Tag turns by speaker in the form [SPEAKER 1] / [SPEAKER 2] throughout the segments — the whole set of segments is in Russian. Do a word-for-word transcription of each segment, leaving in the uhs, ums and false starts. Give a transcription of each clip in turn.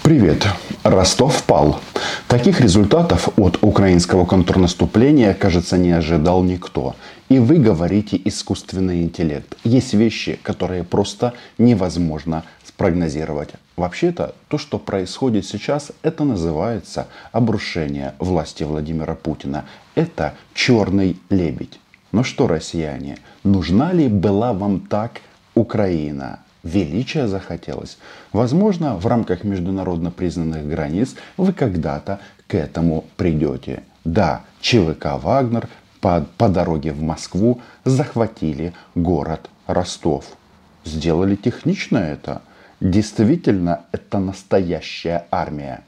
[SPEAKER 1] Привет! Ростов пал. Таких результатов от украинского контрнаступления, кажется, не ожидал никто. И вы говорите искусственный интеллект. Есть вещи, которые просто невозможно спрогнозировать. Вообще-то, то, что происходит сейчас, это называется обрушение власти Владимира Путина. Это черный лебедь. Ну что, россияне, нужна ли была вам так Украина? Величия захотелось. Возможно, в рамках международно признанных границ вы когда-то к этому придете. Да, ЧВК «Вагнер» по, по дороге в Москву захватили город Ростов. Сделали технично это. Действительно, это настоящая армия.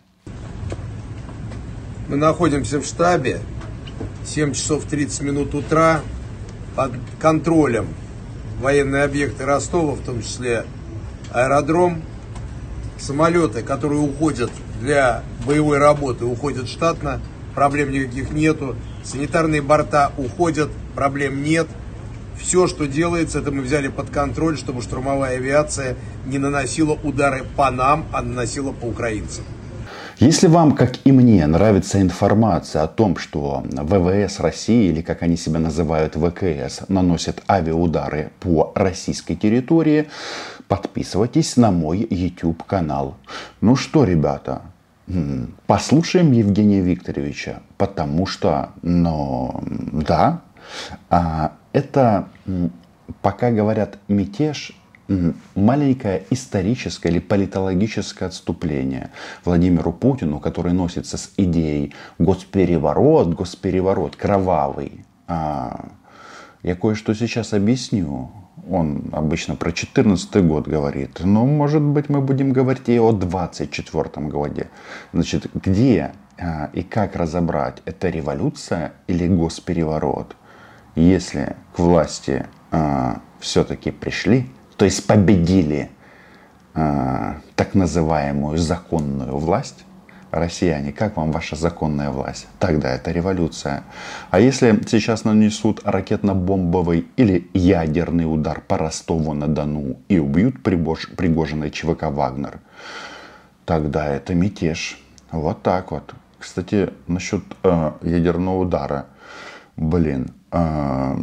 [SPEAKER 2] Мы находимся в штабе. семь часов тридцать минут утра. Под контролем военные объекты Ростова, в том числе аэродром. Самолеты, которые уходят для боевой работы, уходят штатно, проблем никаких нету. Санитарные борта уходят, проблем нет. Все, что делается, это мы взяли под контроль, чтобы штурмовая авиация не наносила удары по нам, а наносила по украинцам.
[SPEAKER 1] Если вам, как и мне, нравится информация о том, что ВВС России, или как они себя называют, ВКС, наносят авиаудары по российской территории, подписывайтесь на мой YouTube канал. Ну что, ребята, послушаем Евгения Викторовича, потому что, ну, да, это, пока говорят мятеж, маленькое историческое или политологическое отступление Владимиру Путину, который носится с идеей госпереворот, госпереворот, кровавый. А, я кое-что сейчас объясню. Он обычно про четырнадцатый год говорит. Но, может быть, мы будем говорить и о двадцать четвёртом годе. Значит, где а, и как разобрать, это революция или госпереворот? Если к власти а, все-таки пришли, то есть победили э, так называемую законную власть, россияне, как вам ваша законная власть? Тогда это революция. А если сейчас нанесут ракетно-бомбовый или ядерный удар по Ростову-на-Дону и убьют Пригожина и ЧВК «Вагнер», тогда это мятеж. Вот так вот. Кстати, насчет э, ядерного удара. Блин, э,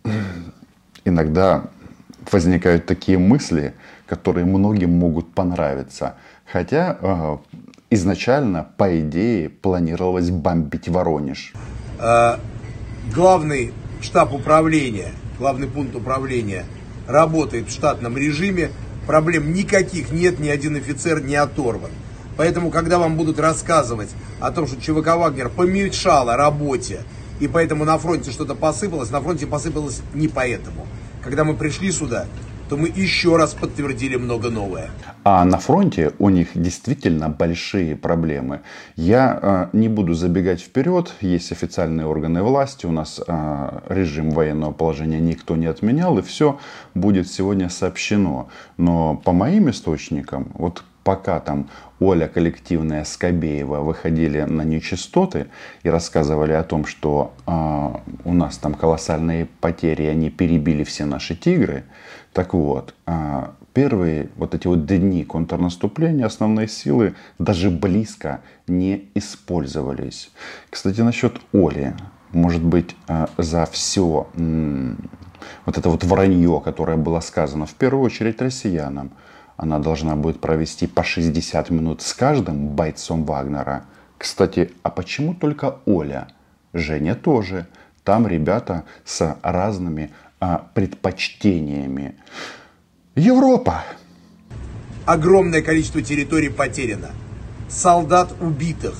[SPEAKER 1] иногда возникают такие мысли, которые многим могут понравиться. Хотя э, изначально, по идее, планировалось бомбить Воронеж.
[SPEAKER 2] А, главный штаб управления, главный пункт управления работает в штатном режиме. Проблем никаких нет, ни один офицер не оторван. Поэтому, когда вам будут рассказывать о том, что ЧВК «Вагнер» помешала работе, и поэтому на фронте что-то посыпалось, на фронте посыпалось не поэтому. Когда мы пришли сюда, то мы еще раз подтвердили много новое.
[SPEAKER 1] А на фронте у них действительно большие проблемы. Я э, не буду забегать вперед. Есть официальные органы власти. У нас э, режим военного положения никто не отменял. И все будет сегодня сообщено. Но по моим источникам, вот пока там Оля коллективная Скобеева выходили на нечистоты и рассказывали о том, что э, у нас там колоссальные потери, они перебили все наши тигры. Так вот, э, первые вот эти вот дни контрнаступления, основные силы даже близко не использовались. Кстати, насчет Оли. Может быть, э, за все э, вот это вот вранье, которое было сказано в первую очередь россиянам, она должна будет провести по шестьдесят минут с каждым бойцом Вагнера. Кстати, а почему только Оля? Женя тоже. Там ребята с разными а, предпочтениями. Европа.
[SPEAKER 2] Огромное количество территорий потеряно. Солдат убитых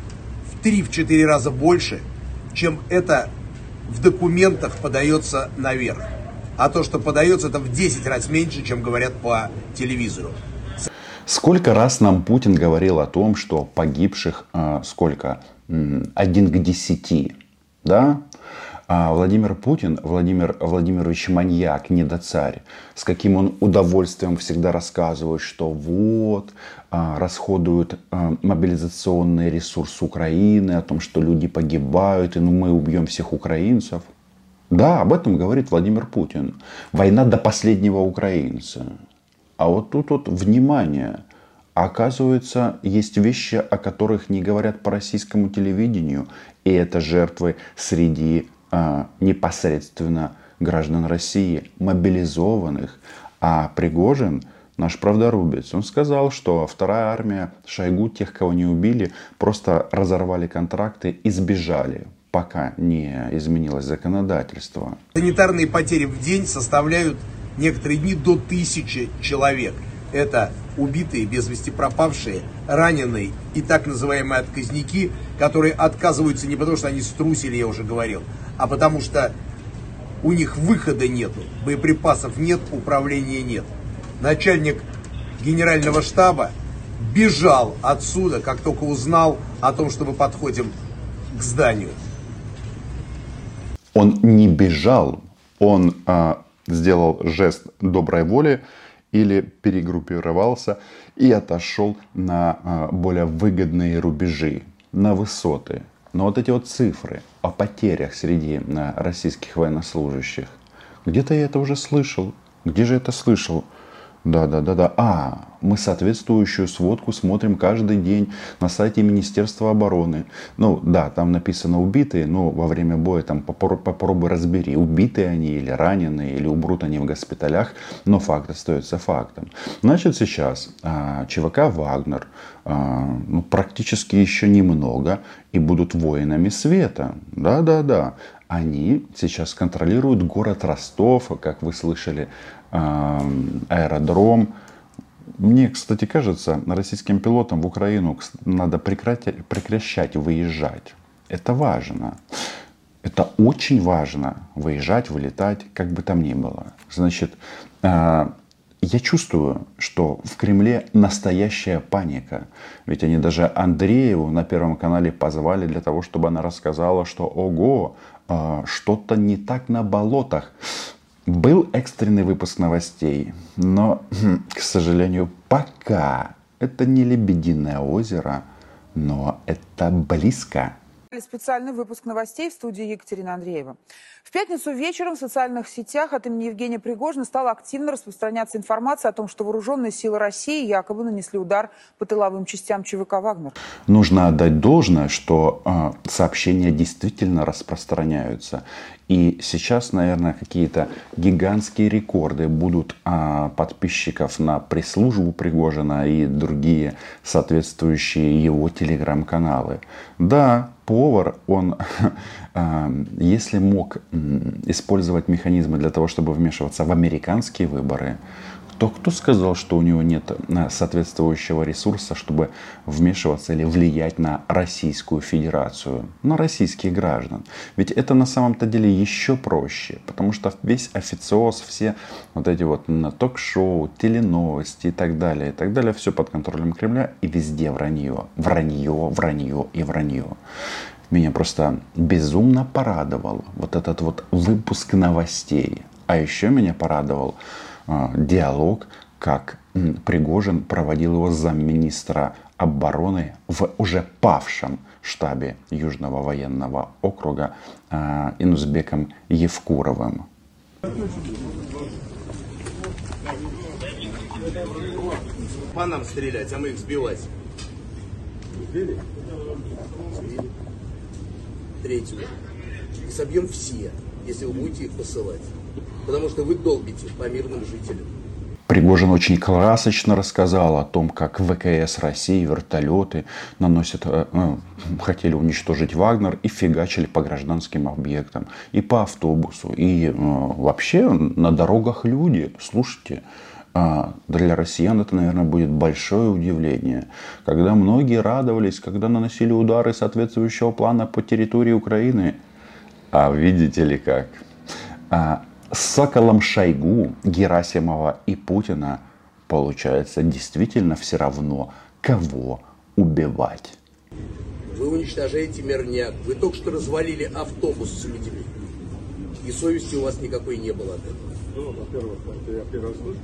[SPEAKER 2] в три-четыре раза больше, чем это в документах подается наверх. А то, что подается, это в десять раз меньше, чем говорят по телевизору.
[SPEAKER 1] Сколько раз нам Путин говорил о том, что погибших э, сколько? Один к десяти. Да? А Владимир Путин, Владимир Владимирович маньяк, недоцарь, с каким он удовольствием всегда рассказывает, что вот, а, расходуют а, мобилизационный ресурс Украины, о том, что люди погибают, и ну, мы убьем всех украинцев. Да, об этом говорит Владимир Путин. Война до последнего украинца. А вот тут вот внимание. А оказывается, есть вещи, о которых не говорят по российскому телевидению. И это жертвы среди а, непосредственно граждан России, мобилизованных. А Пригожин, наш правдорубец, он сказал, что вторая армия Шойгу, тех, кого не убили, просто разорвали контракты и сбежали, пока не изменилось законодательство.
[SPEAKER 2] Санитарные потери в день составляют некоторые дни до тысячи человек. Это убитые, без вести пропавшие, раненые и так называемые отказники, которые отказываются не потому, что они струсили, я уже говорил, а потому что у них выхода нету, боеприпасов нет, управления нет. Начальник генерального штаба бежал отсюда, как только узнал о том, что мы подходим к зданию.
[SPEAKER 1] Он не бежал, он а, сделал жест доброй воли или перегруппировался и отошел на а, более выгодные рубежи, на высоты. Но вот эти вот цифры о потерях среди а, российских военнослужащих, где-то я это уже слышал. Где же это слышал? Да-да-да-да. А, мы соответствующую сводку смотрим каждый день на сайте Министерства обороны. Ну, да, там написано убитые, но во время боя там попробуй, попробуй разбери, убитые они или раненые, или умрут они в госпиталях, но факт остается фактом. Значит, сейчас а, ЧВК «Вагнер» а, ну, практически еще немного и будут воинами света. Да-да-да. Они сейчас контролируют город Ростов, как вы слышали, аэродром. Мне, кстати, кажется, российским пилотам в Украину надо прекратить, прекращать выезжать. Это важно. Это очень важно. Выезжать, вылетать, как бы там ни было. Значит, я чувствую, что в Кремле настоящая паника. Ведь они даже Андрееву на Первом канале позвали для того, чтобы она рассказала, что ого, что-то не так на болотах. Был экстренный выпуск новостей, но, к сожалению, пока это не Лебединое озеро, но это близко.
[SPEAKER 3] Специальный выпуск новостей в студии Екатерина Андреева. В пятницу вечером в социальных сетях от имени Евгения Пригожина стала активно распространяться информация о том, что вооруженные силы России якобы нанесли удар по тыловым частям ЧВК «Вагнер».
[SPEAKER 1] Нужно отдать должное, что э, сообщения действительно распространяются. И сейчас, наверное, какие-то гигантские рекорды будут э, подписчиков на пресс-службу Пригожина и другие соответствующие его телеграм-каналы. Да, повар, он, э, если мог использовать механизмы для того, чтобы вмешиваться в американские выборы, то кто сказал, что у него нет соответствующего ресурса, чтобы вмешиваться или влиять на Российскую Федерацию, на российских граждан? Ведь это на самом-то деле еще проще, потому что весь официоз, все вот эти вот ток-шоу, теленовости и так далее, и так далее, все под контролем Кремля и везде вранье, вранье, вранье и вранье. Меня просто безумно порадовал вот этот вот выпуск новостей. А еще меня порадовал э, диалог, как м, Пригожин проводил его с замминистра обороны в уже павшем штабе Южного военного округа э, Инузбеком Евкуровым.
[SPEAKER 2] По нам стрелять, а мы их сбивать. Сбили? Сбили. Третью. И собьем все, если вы будете их посылать. Потому что вы долбите по мирным жителям.
[SPEAKER 1] Пригожин очень красочно рассказал о том, как ВКС России, вертолеты наносят, э, хотели уничтожить Вагнер и фигачили по гражданским объектам, и по автобусу, и э, вообще на дорогах люди. Слушайте, э, для россиян это, наверное, будет большое удивление, когда многие радовались, когда наносили удары соответствующего плана по территории Украины. А видите ли как? А, с Соколом Шойгу, Герасимова и Путина получается действительно все равно, кого убивать.
[SPEAKER 2] Вы уничтожаете мирняк. Вы только что развалили автобус с людьми. И совести у вас никакой не было от этого.
[SPEAKER 4] Ну, во-первых, это я первый раз слышу.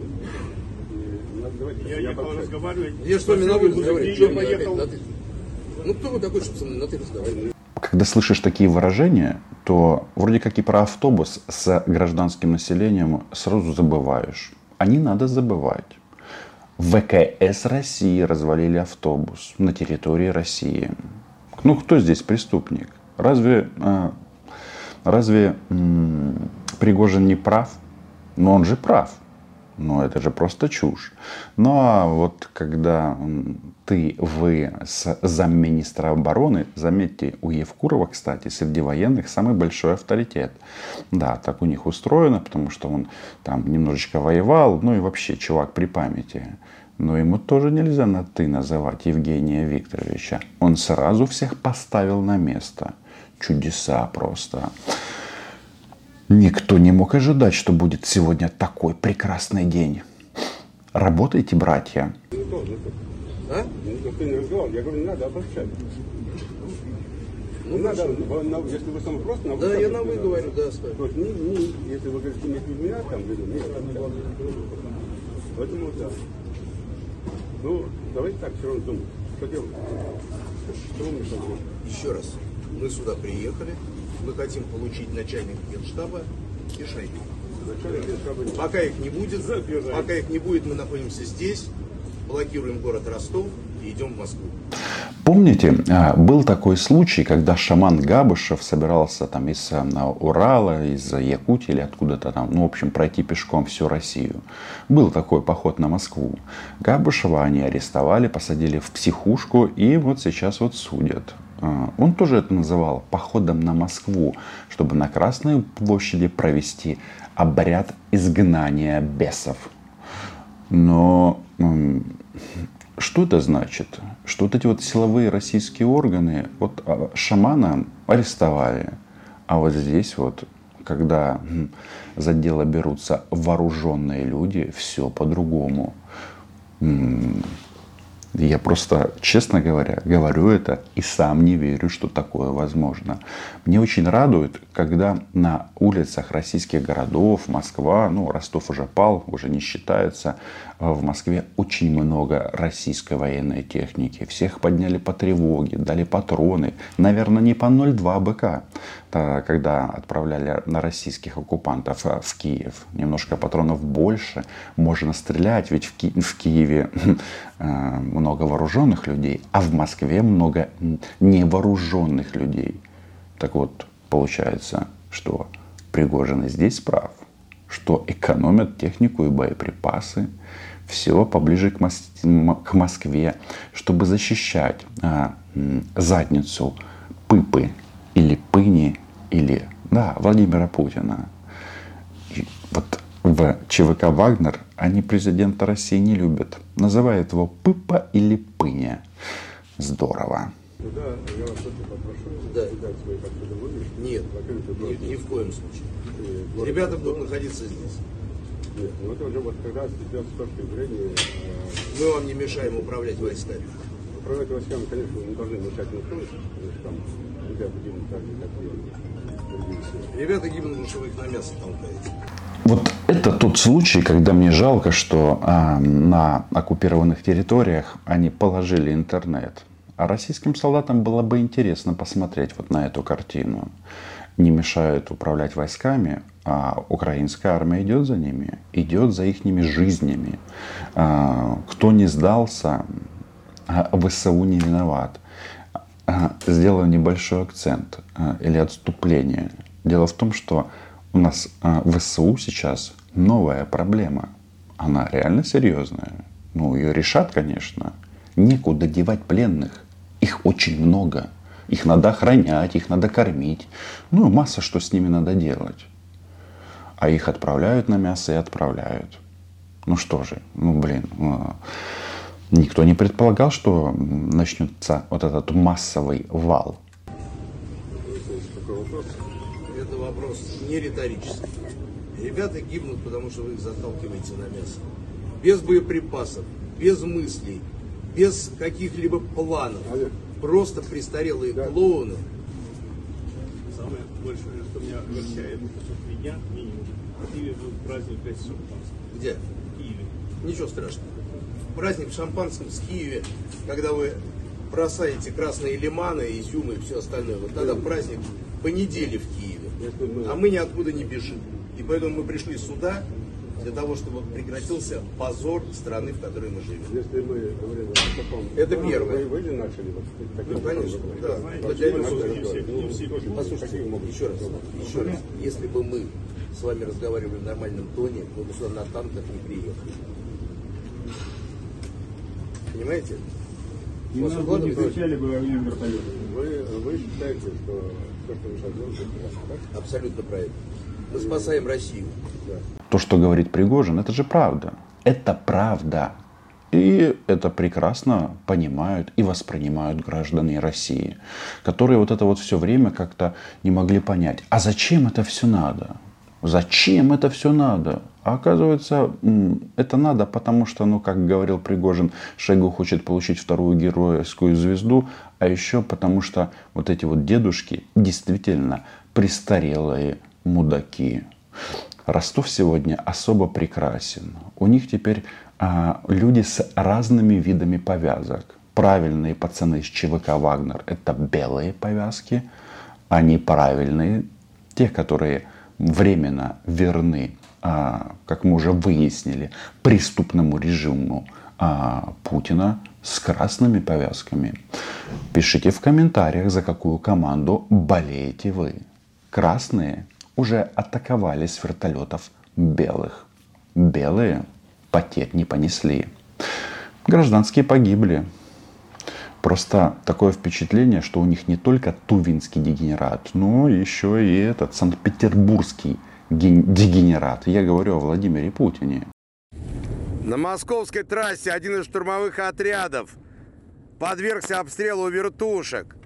[SPEAKER 5] Я ехал разговаривать.
[SPEAKER 2] Я с вами на вы разговариваю. Что мне опять на ты? Ну кто вы такой, чтобы со мной на ты разговаривать?
[SPEAKER 1] Когда слышишь такие выражения, то вроде как и про автобус с гражданским населением сразу забываешь. А не надо забывать. ВКС России развалили автобус на территории России. Ну, кто здесь преступник? Разве, разве м- Пригожин не прав? Но он же прав. Но это же просто чушь. Ну а вот когда ты, вы с замминистра обороны, заметьте, у Евкурова, кстати, среди военных самый большой авторитет. Да, так у них устроено, потому что он там немножечко воевал, ну и вообще чувак при памяти. Но ему тоже нельзя на «ты» называть Евгения Викторовича. Он сразу всех поставил на место. Чудеса просто. Никто не мог ожидать, что будет сегодня такой прекрасный день. Работайте, братья.
[SPEAKER 5] А? Никто не разговаривал. Я говорю, не надо обобщать. Ну, надо, если вы сам просто на вы.
[SPEAKER 2] Да, я на вы говорю, да, с вами.
[SPEAKER 5] То есть, не, не, если вы говорите, не меня там, не поэтому да. Ну, давайте так, все равно думать. Что делать? Что вы мне делаете?
[SPEAKER 2] Еще раз, мы сюда приехали, мы хотим получить начальника генштаба и шайки. Пока их не будет, пока их не будет, мы находимся здесь, блокируем город Ростов и идем в Москву.
[SPEAKER 1] Помните, был такой случай, когда шаман Габышев собирался там из Урала, из Якутии или откуда-то там, ну, в общем, пройти пешком всю Россию. Был такой поход на Москву. Габышева они арестовали, посадили в психушку и вот сейчас вот судят. Он тоже это называл походом на Москву, чтобы на Красной площади провести обряд изгнания бесов. Но что это значит? Что вот эти вот силовые российские органы, вот шамана арестовали, а вот здесь вот, когда за дело берутся вооруженные люди, все по-другому. Я просто, честно говоря, говорю это и сам не верю, что такое возможно. Мне очень радует, когда на улицах российских городов, Москва, ну, Ростов уже пал, уже не считается, в Москве очень много российской военной техники. Всех подняли по тревоге, дали патроны. Наверное, не по ноль два БК, когда отправляли на российских оккупантов в Киев. Немножко патронов больше. Можно стрелять, ведь в, Ки- в Киеве много вооруженных людей, а в Москве много невооруженных людей. Так вот, получается, что Пригожин и здесь прав, что экономят технику и боеприпасы, все поближе к, Мос- к Москве, чтобы защищать а, задницу Пыпы или Пыни или, да, Владимира Путина. И вот в ЧВК «Вагнер» они президента России не любят. Называют его Пыпа или Пыня. Здорово.
[SPEAKER 5] Да, я вас очень попрошу,
[SPEAKER 2] Да.
[SPEAKER 5] дать свои как-то вывешки.
[SPEAKER 2] Нет, ни, ни в коем случае. Ребята будут находиться здесь.
[SPEAKER 5] Нет, ну это уже вот как раз идет с точки зрения э,
[SPEAKER 2] Мы вам не мешаем управлять войсками.
[SPEAKER 5] управлять войсками, конечно, не должны мешать никто, потому что там ребята гибнут так же, как и другие все.
[SPEAKER 2] Ребята гибнут, потому что вы их на мясо толкаете.
[SPEAKER 1] Вот это тот случай, когда мне жалко, что а, на оккупированных территориях они положили интернет. А российским солдатам было бы интересно посмотреть вот на эту картину. Не мешают управлять войсками, а украинская армия идет за ними, идет за ихними жизнями. А, кто не сдался, а ВСУ не виноват. А, сделаю небольшой акцент а, или отступление. Дело в том, что у нас а, ВСУ сейчас новая проблема. Она реально серьезная. Ну, ее решат, конечно. Некуда девать пленных. Их очень много. Их надо охранять, их надо кормить. Ну, масса что с ними надо делать. А их отправляют на мясо и отправляют. Ну что же, ну блин. Никто не предполагал, что начнется вот этот массовый вал.
[SPEAKER 2] Это вопрос не риторический. Ребята гибнут, потому что вы их заталкиваете на мясо. Без боеприпасов, без мыслей, без каких-либо планов. Просто престарелые клоуны.
[SPEAKER 5] Самое большое, что меня огорчает, что три дня минимум в Киеве был праздник пять шампанского.
[SPEAKER 2] Где?
[SPEAKER 5] В Киеве.
[SPEAKER 2] Ничего страшного. Праздник в шампанском с Киеве, когда вы бросаете красные лиманы, изюмы и все остальное. Вот тогда праздник по неделе в Киеве. А мы ниоткуда не бежим. И поэтому мы пришли сюда для того, чтобы прекратился позор страны, в которой мы живем.
[SPEAKER 4] Если мы говорим о таком...
[SPEAKER 2] Это первое.
[SPEAKER 4] Вы, вы же начали вот таким
[SPEAKER 2] Ну, конечно,
[SPEAKER 4] образом.
[SPEAKER 2] да.
[SPEAKER 4] Знаете,
[SPEAKER 2] Мы для этого
[SPEAKER 4] начали
[SPEAKER 2] нужно
[SPEAKER 4] говорить. Ну,
[SPEAKER 2] Послушайте,
[SPEAKER 4] какие могут
[SPEAKER 2] еще раз,
[SPEAKER 4] быть?
[SPEAKER 2] еще раз. Если бы мы с вами разговаривали в нормальном тоне, мы бы сюда на танках не приехали. Понимаете?
[SPEAKER 6] И нас бы не встречали бы огнем вертолета.
[SPEAKER 4] Вы, вы считаете, что то, что вы сейчас делаете, это прекрасно, так?
[SPEAKER 2] Абсолютно правильно. Мы спасаем Россию.
[SPEAKER 4] Да.
[SPEAKER 1] То, что говорит Пригожин, это же правда. Это правда. И это прекрасно понимают и воспринимают граждане России, которые вот это вот все время как-то не могли понять. А зачем это все надо? Зачем это все надо? А оказывается, это надо, потому что, ну, как говорил Пригожин, Шойгу хочет получить вторую геройскую звезду, а еще потому что вот эти вот дедушки действительно престарелые мудаки. Ростов сегодня особо прекрасен. У них теперь а, люди с разными видами повязок. Правильные пацаны из ЧВК «Вагнер» — это белые повязки, а неправильные, те, которые временно верны, а, как мы уже выяснили, преступному режиму а, Путина, с красными повязками. Пишите в комментариях, за какую команду болеете вы. Красные уже атаковали с вертолетов белых. Белые потерь не понесли. Гражданские погибли. Просто такое впечатление, что у них не только тувинский дегенерат, но еще и этот санкт-петербургский дегенерат. Я говорю о Владимире Путине.
[SPEAKER 2] На московской трассе один из штурмовых отрядов подвергся обстрелу вертушек.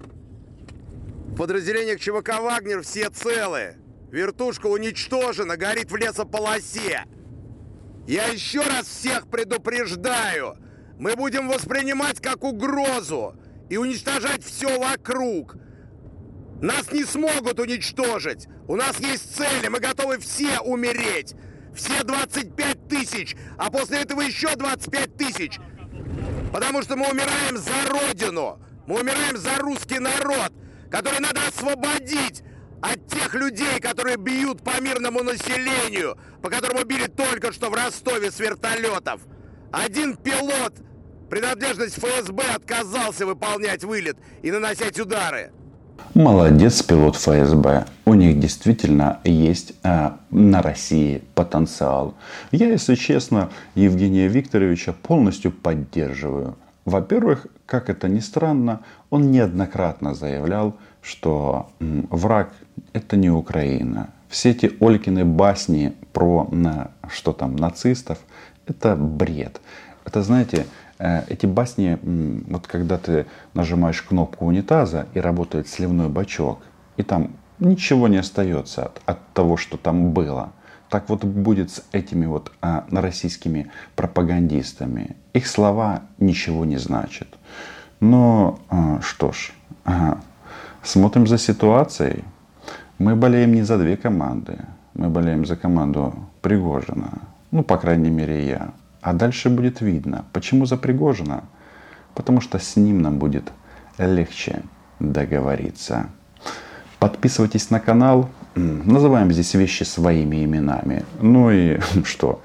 [SPEAKER 2] В подразделениях ЧВК «Вагнер» все целы. Вертушка уничтожена, горит в лесополосе. Я еще раз всех предупреждаю. Мы будем воспринимать как угрозу и уничтожать все вокруг. Нас не смогут уничтожить. У нас есть цели, мы готовы все умереть. Все двадцать пять тысяч, а после этого еще двадцать пять тысяч. Потому что мы умираем за Родину. Мы умираем за русский народ, который надо освободить от тех людей, которые бьют по мирному населению, по которому били только что в Ростове с вертолетов. Один пилот, принадлежность ФСБ, отказался выполнять вылет и наносить удары.
[SPEAKER 1] Молодец, пилот ФСБ. У них действительно есть а, на России потенциал. Я, если честно, Евгения Викторовича полностью поддерживаю. Во-первых, как это ни странно, он неоднократно заявлял, что м, враг — это не Украина. Все эти Олькины басни про на, что там, нацистов — это бред. Это, знаете, эти басни, вот когда ты нажимаешь кнопку унитаза и работает сливной бачок, и там ничего не остается от, от того, что там было. Так вот будет с этими вот а, российскими пропагандистами. Их слова ничего не значат. Но а, что ж, а, смотрим за ситуацией. Мы болеем не за две команды. Мы болеем за команду Пригожина. Ну, по крайней мере, я. А дальше будет видно. Почему за Пригожина? Потому что с ним нам будет легче договориться. Подписывайтесь на канал. Называем здесь вещи своими именами. Ну и что?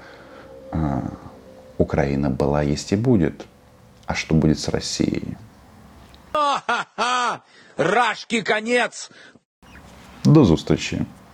[SPEAKER 1] Украина была, есть и будет. А что будет с Россией?
[SPEAKER 7] Рашки конец!
[SPEAKER 1] До зустрічі!